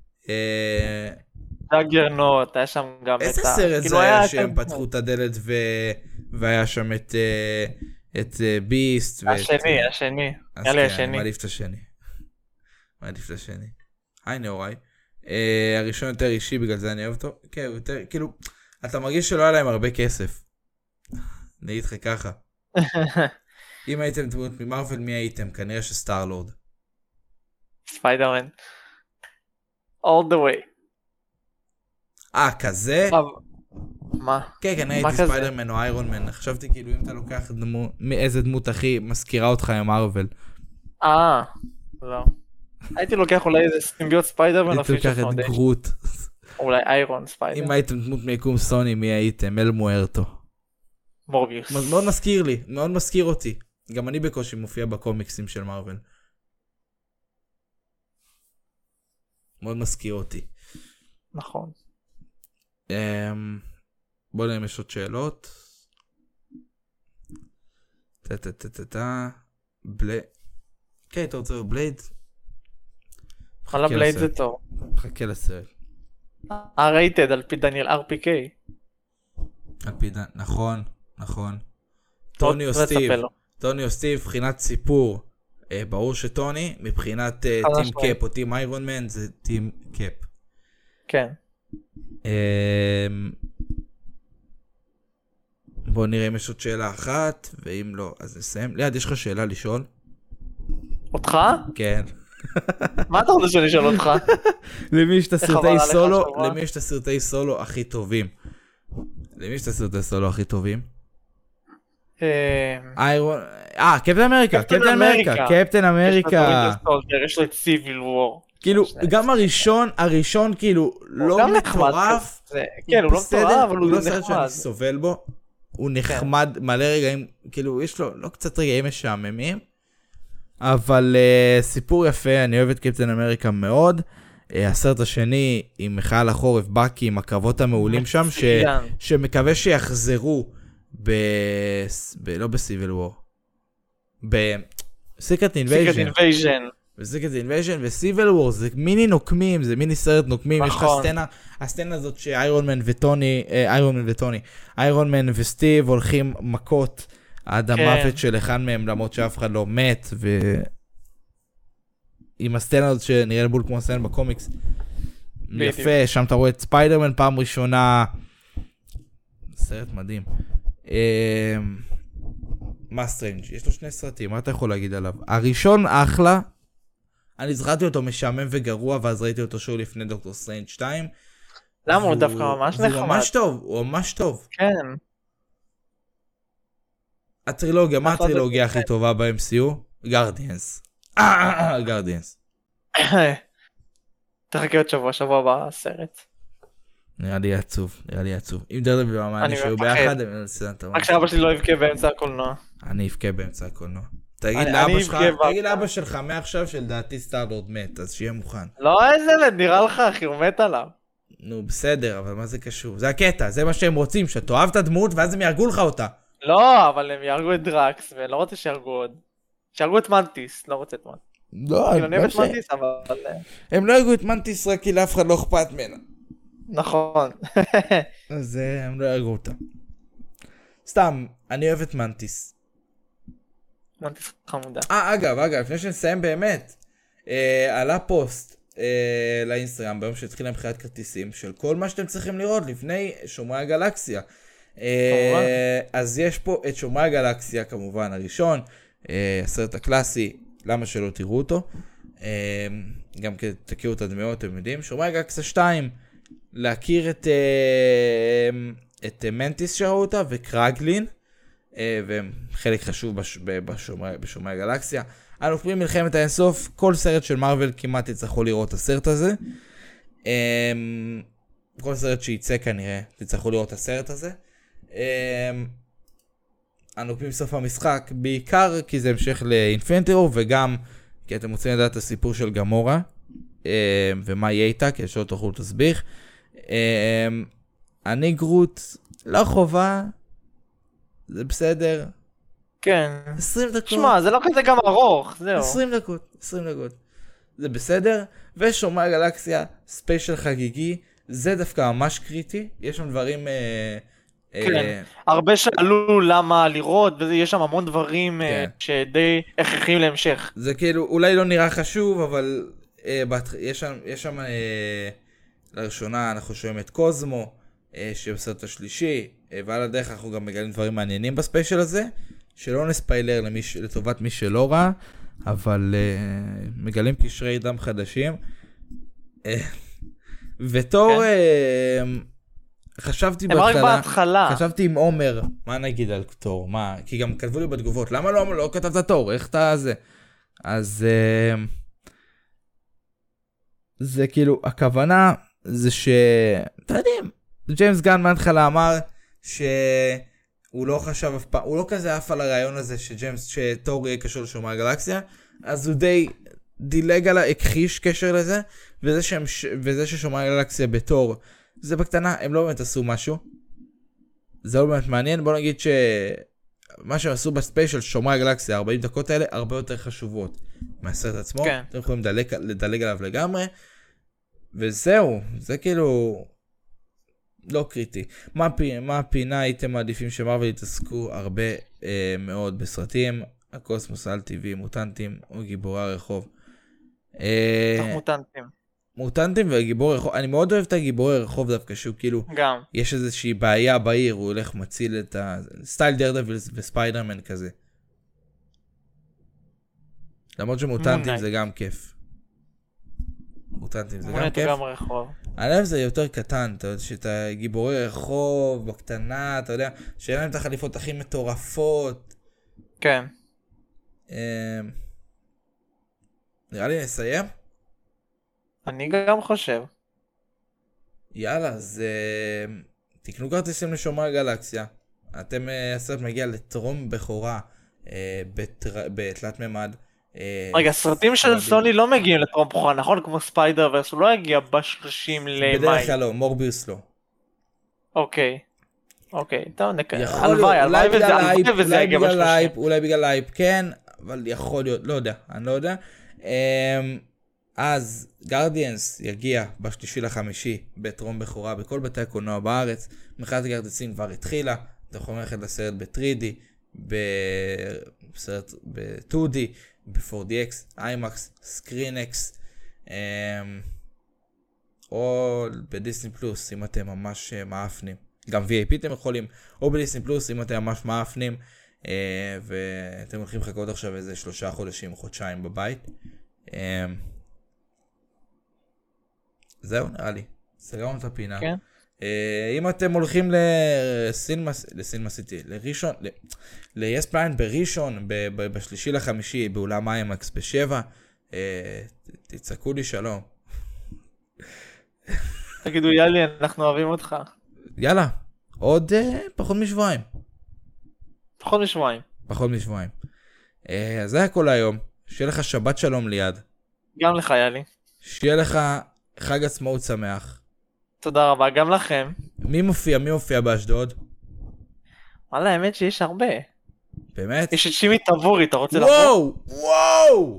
דאגרנוט, היה שם גם את ה... איזה סרט זה היה שהם פתחו את הדלת והיה שם את ביסט? השני, השני. היה לי השני. אני מעדיף את השני. מעדיף את השני. היי נאורי. הראשון יותר אישי, בגלל זה אני אוהב אותו. כן, הוא יותר, כאילו, אתה מרגיש שלא היה להם הרבה כסף. אני אגיד לך ככה. אם הייתם דמות ממרוול, מי הייתם? כנראה שסטארלורד. ספיידרמן. All the way. אה, כזה? מה? כן, כן, הייתי ספיידרמן או איירון מן. חשבתי כאילו אם אתה לוקח איזה דמות הכי מזכירה אותך עם מרוול. אה, לא. הייתי לוקח אולי איזה סימביוט ספיידרמן. הייתי לוקח את גרוט. אולי איירון ספיידרמן. אם הייתם דמות מיקום סוני, מי הייתם? אל מוארטו. מורביוס. מאוד מזכיר לי, מאוד מזכיר אותי. גם אני בקושי מופיע בקומיקסים של מרוול. מאוד מזכיר אותי. נכון. בוא נראה אם יש עוד שאלות. טה טה טה טה טה. בלייד. כן, אתה רוצה בלייד? חלה בלייד זה טוב. חכה לסרט. R-rated על פי דניאל אר פי קיי. על פי דניאל, נכון, נכון. טוני או סטיב. טוני או סטיב, מבחינת סיפור. ברור שטוני, מבחינת טים קאפ או טים איירון מן, זה טים קאפ. כן. בואו נראה אם יש עוד שאלה אחת, ואם לא, אז נסיים. ליד, יש לך שאלה לשאול? אותך? כן. מה אתה רוצה שאני אשאל אותך? למי יש את הסרטי סולו, למי יש את הסרטי סולו הכי טובים? למי יש את הסרטי סולו הכי טובים? איירון, אה, קפטן אמריקה, קפטן אמריקה, קפטן אמריקה. יש לו את סיביל וור. כאילו, גם הראשון, הראשון כאילו לא מטורף. כן, הוא לא מטורף, אבל הוא לא סרט שאני סובל בו. הוא נחמד, מלא רגעים, כאילו, יש לו לא קצת רגעים משעממים. אבל סיפור יפה, אני אוהב את קפטן אמריקה מאוד. הסרט השני עם חייל החורף, בקי, עם הקרבות המעולים שם, שמקווה שיחזרו ב... לא בסיביל וור. בסיקרט אינבייז'ן. בסיקרט אינבייז'ן וסיביל וור, זה מיני נוקמים, זה מיני סרט נוקמים. יש לך סצנה, הסצנה הזאת שאיירון מן וטוני, איירון מן וטוני, איירון מן וסטיב הולכים מכות עד המוות של אחד מהם, למרות שאף אחד לא מת, ו... עם הסצנה הזאת שנראה בול כמו הסצנה בקומיקס. יפה, שם אתה רואה את ספיידרמן פעם ראשונה. סרט מדהים. מה סטרנג'? יש לו שני סרטים, מה אתה יכול להגיד עליו? הראשון אחלה, אני זכרתי אותו משעמם וגרוע, ואז ראיתי אותו שוב לפני דוקטור סטרנג' שתיים. למה? הוא דווקא ממש נחמד. הוא ממש טוב, הוא ממש טוב. כן. הטרילוגיה, מה הטרילוגיה הכי טובה ב-אם סי יו? גארדיאנס. גארדיאנס. תחכה עוד שבוע, שבוע בסרט. נראה לי עצוב, נראה לי עצוב. אם דרדביל ומאני שהיו ביחד, רק שאבא שלי לא יבכה באמצע הקולנוע. אני אבכה באמצע הקולנוע. תגיד אני- לאבא אני שלך, אבגע בה. תגיד לאבא שלך מעכשיו שלדעתי סטארלורד מת, אז שיהיה מוכן. לא, איזה ילד, נראה לך, אחי, הוא מת עליו. נו, בסדר, אבל מה זה קשור? זה הקטע, זה מה שהם רוצים, שתאהב את הדמות ואז הם יהרגו לך אותה. לא, אבל הם יהרגו את דרקס, ולא רוצה שיהרגו עוד. שיהרגו את מנטיס, לא רוצה את מנטיס. לא, כאילו, אני אוהב את ש- מנטיס, אבל... הם לא יהרגו את מנטיס רק כי לאף אחד לא אכפת ממנה. נכון. אז אה, הם לא יהרגו אותה. סתם, אני אוהב את מנטיס. מנטיס חמודה. אה, אגב, אגב, לפני שנסיים באמת, אה, עלה פוסט אה, לאינסטגרם ביום שהתחילה מבחינת כרטיסים של כל מה שאתם צריכים לראות לפני שומרי הגלקסיה. אה, אז יש פה את שומרי הגלקסיה כמובן הראשון, אה, הסרט הקלאסי, למה שלא תראו אותו. אה, גם כי תכירו את הדמיות, אתם יודעים. שומרי הגלקסיה שתיים, להכיר את, אה, את מנטיס שראו אותה וקרגלין. והם חלק חשוב בש... בשומרי... בשומרי הגלקסיה. אלופים מלחמת האינסוף, כל סרט של מארוול כמעט יצטרכו לראות את הסרט הזה. כל סרט שייצא כנראה, תצטרכו לראות את הסרט הזה. אלופים סוף המשחק, בעיקר כי זה המשך לאינפיניטי וור, וגם כי אתם רוצים לדעת את הסיפור של גמורה, ומה יהיה איתה, כי שלא תוכלו תסביך. אני גרוט, לא חובה, זה בסדר. כן. עשרים דקות. שמע, זה לא כזה גם ארוך, זהו. עשרים דקות, עשרים דקות. זה בסדר. ושומרי הגלקסיה, ספיישל חגיגי, זה דווקא ממש קריטי. יש שם דברים... אה, כן. אה, הרבה שאלו למה לראות, ויש שם המון דברים אה, כן. שדי הכרחיים להמשך. זה כאילו, אולי לא נראה חשוב, אבל אה, בת, יש שם, יש שם אה, לראשונה אנחנו שומעים את קוזמו, אה, שבסרט השלישי, אה, ועל הדרך אנחנו גם מגלים דברים מעניינים בספיישל הזה, שלא נספיילר למיש, לטובת מי שלא ראה, אבל אה, מגלים קשרי דם חדשים. אה, ותור, כן. אה, חשבתי הם רק בהתחלה, בהתחלה. חשבתי עם עומר, מה נגיד על תור, מה, כי גם כתבו לי בתגובות, למה לא, לא כתבת תור, איך אתה זה? אז אה, זה כאילו, הכוונה זה ש... אתה יודעים, ג'יימס גן מההתחלה אמר שהוא לא חשב אף פעם, הוא לא כזה אף על הרעיון הזה שג'יימס, שתור יהיה קשור לשומרי הגלקסיה, אז הוא די דילג על הכחיש קשר לזה, וזה, שהם, וזה ששומרי הגלקסיה בתור, זה בקטנה, הם לא באמת עשו משהו, זה לא באמת מעניין, בוא נגיד שמה שהם עשו בספיישל שומרי הגלקסיה, ארבעים דקות האלה, הרבה יותר חשובות מהסרט עצמו, כן. אתם יכולים לדלג, לדלג עליו לגמרי, וזהו, זה כאילו לא קריטי. מה, מה הפינה הייתם מעדיפים שמרוול יתעסקו הרבה אה, מאוד בסרטים? הקוסמוס, על טבעי, מוטנטים או גיבורי הרחוב? אה, מוטנטים. מוטנטים וגיבורי רחוב. אני מאוד אוהב את הגיבורי רחוב דווקא, שהוא כאילו, גם. יש איזושהי בעיה בעיר, הוא הולך מציל את הסטייל דרדוויל וספיידרמן כזה. למרות שמוטנטים זה גם כיף. מוטנטים זה גם כיף. גם רחוב. אני אוהב זה יותר קטן, אתה יודע, שאתה גיבורי רחוב, בקטנה, אתה יודע, שאין להם את החליפות הכי מטורפות. כן. נראה לי נסיים? אני גם חושב. יאללה, אז תקנו כרטיסים לשומרי הגלקסיה. אתם, הסרט מגיע לטרום בכורה בתלת ממד. רגע, סרטים של סוני לא מגיעים לטרום בכורה, נכון? כמו ספיידר ורס, הוא לא יגיע ב-שלושים למאי. בדרך כלל לא, מורביוס לא. אוקיי. אוקיי, טוב, נקרא. הלוואי, הלוואי וזה יגיע ב-שלושים. אולי בגלל האייפ כן, אבל יכול להיות, לא יודע, אני לא יודע. אז גרדיאנס יגיע בשלישי לחמישי בטרום בכורה בכל בתי הקולנוע בארץ. מכירת הכרטיסים כבר התחילה, אתם יכולים ללכת לסרט ב-תרי די, בסרט ב-טו די, ב-פור די אקס, איימקס, סקרינקס, או בדיסני פלוס אם אתם ממש מאפנים. גם וי איי פי אתם יכולים, או בדיסני פלוס אם אתם ממש מאפנים, ואתם הולכים לחכות עכשיו איזה שלושה חודשים או חודשיים בבית. זהו, נראה לי. סגרנו את הפינה. כן. אם אתם הולכים לסינמה, לסינמה סיטי, לראשון, ל-יס פליין בראשון, בשלישי לחמישי, באולם איימקס בשבע, תצעקו לי שלום. תגידו, יאלי, אנחנו אוהבים אותך. יאללה, עוד פחות משבועיים. פחות משבועיים. פחות משבועיים. אז זה הכל היום. שיהיה לך שבת שלום ליד. גם לך יאלי. שיהיה לך חג עצמאות שמח. תודה רבה, גם לכם. מי מופיע? מי מופיע באשדוד? וואלה, האמת שיש הרבה. באמת? יש את שימי טבורי, אתה רוצה לבוא? וואו! וואו!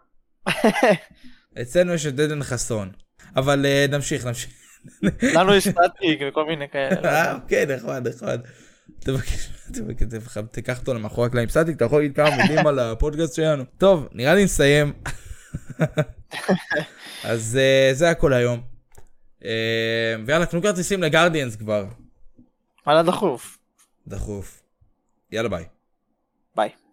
אצלנו יש את עדן חסון. אבל uh, נמשיך, נמשיך. לנו יש סטטיק וכל מיני כאלה. אוקיי, נחמד, נחמד. תבקש, תבקש, תיקח אותו למאחורי הקלעים. סטטיק, אתה יכול להגיד כמה מילים על הפודקאסט שלנו? טוב, נראה לי נסיים. אז uh, זה הכל היום. Uh, ויאללה, קנו כרטיסים לגרדיאנס כבר. וואלה, דחוף. דחוף. יאללה, ביי. ביי.